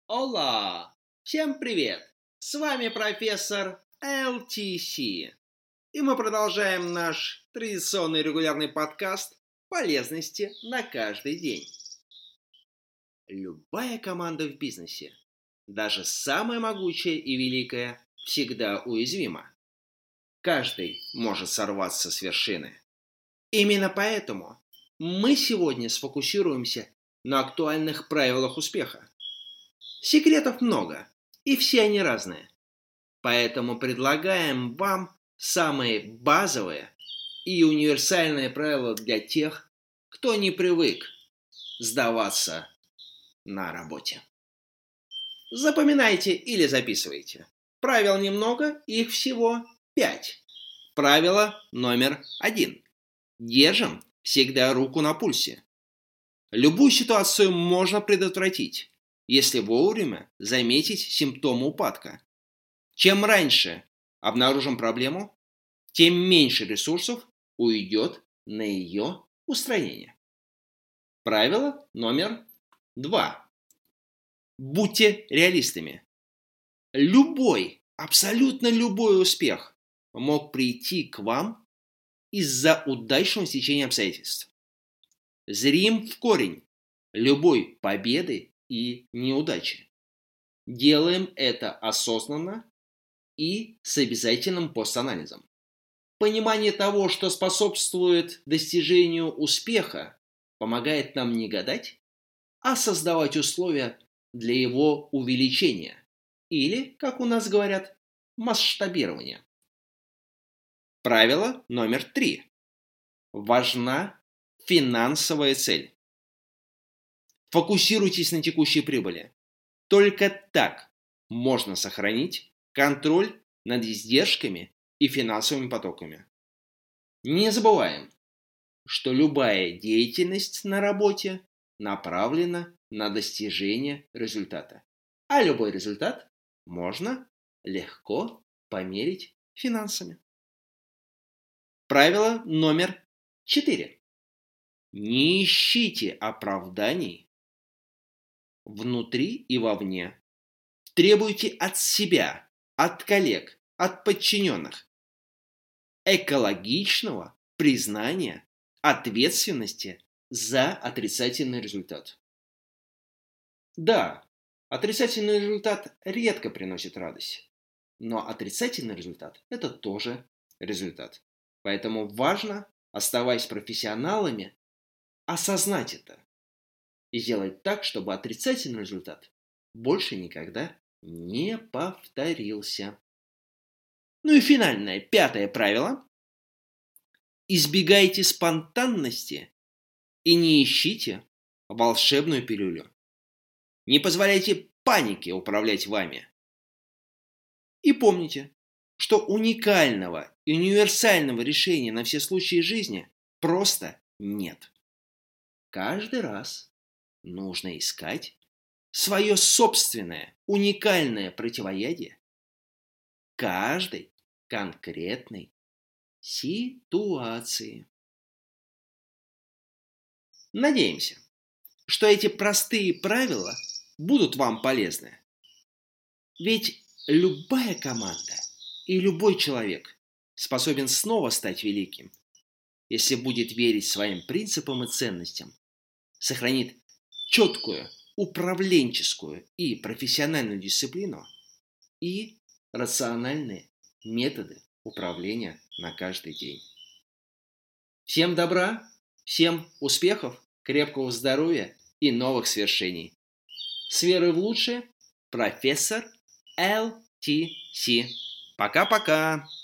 Ола! Всем привет! С вами профессор LTC. И мы продолжаем наш традиционный регулярный подкаст «Полезности на каждый день». Любая команда в бизнесе, даже самая могучая и великая, всегда уязвима. Каждый может сорваться с вершины. Именно поэтому мы сегодня сфокусируемся на актуальных правилах успеха. Секретов много, и все они разные. Поэтому предлагаем вам самые базовые и универсальные правила для тех, кто не привык сдаваться на работе. Запоминайте или записывайте. Правил немного, их всего 5. Правило номер 1. Держим всегда руку на пульсе. Любую ситуацию можно предотвратить, если вовремя заметить симптомы упадка. Чем раньше обнаружим проблему, тем меньше ресурсов уйдет на ее устранение. Правило номер 2. Будьте реалистами. Абсолютно любой успех мог прийти к вам из-за удачного стечения обстоятельств. Зрим в корень любой победы и неудачи. Делаем это осознанно и с обязательным пост-анализом. Понимание того, что способствует достижению успеха, помогает нам не гадать, а создавать условия для его увеличения или, как у нас говорят, масштабирования. Правило номер 3. Важна финансовая цель. Фокусируйтесь на текущей прибыли. Только так можно сохранить контроль над издержками и финансовыми потоками. Не забываем, что любая деятельность на работе направлена на достижение результата, а любой результат можно легко померить финансами. Правило номер 4. Не ищите оправданий внутри и вовне. Требуйте от себя, от коллег, от подчиненных экологичного признания ответственности за отрицательный результат. Да, отрицательный результат редко приносит радость, но отрицательный результат – это тоже результат. Поэтому важно, оставаясь профессионалами, осознать это и сделать так, чтобы отрицательный результат больше никогда не повторился. Ну и финальное, 5 правило. Избегайте спонтанности и не ищите волшебную пилюлю. Не позволяйте панике управлять вами. И помните, что уникального и универсального решения на все случаи жизни просто нет. Каждый раз нужно искать свое собственное уникальное противоядие каждой конкретной ситуации. Надеемся, что эти простые правила будут вам полезны. Ведь любая команда и любой человек способен снова стать великим, если будет верить своим принципам и ценностям, сохранит четкую управленческую и профессиональную дисциплину и рациональные методы управления на каждый день. Всем добра, всем успехов, крепкого здоровья и новых свершений. С верой в лучшее, профессор LTC. Пока-пока!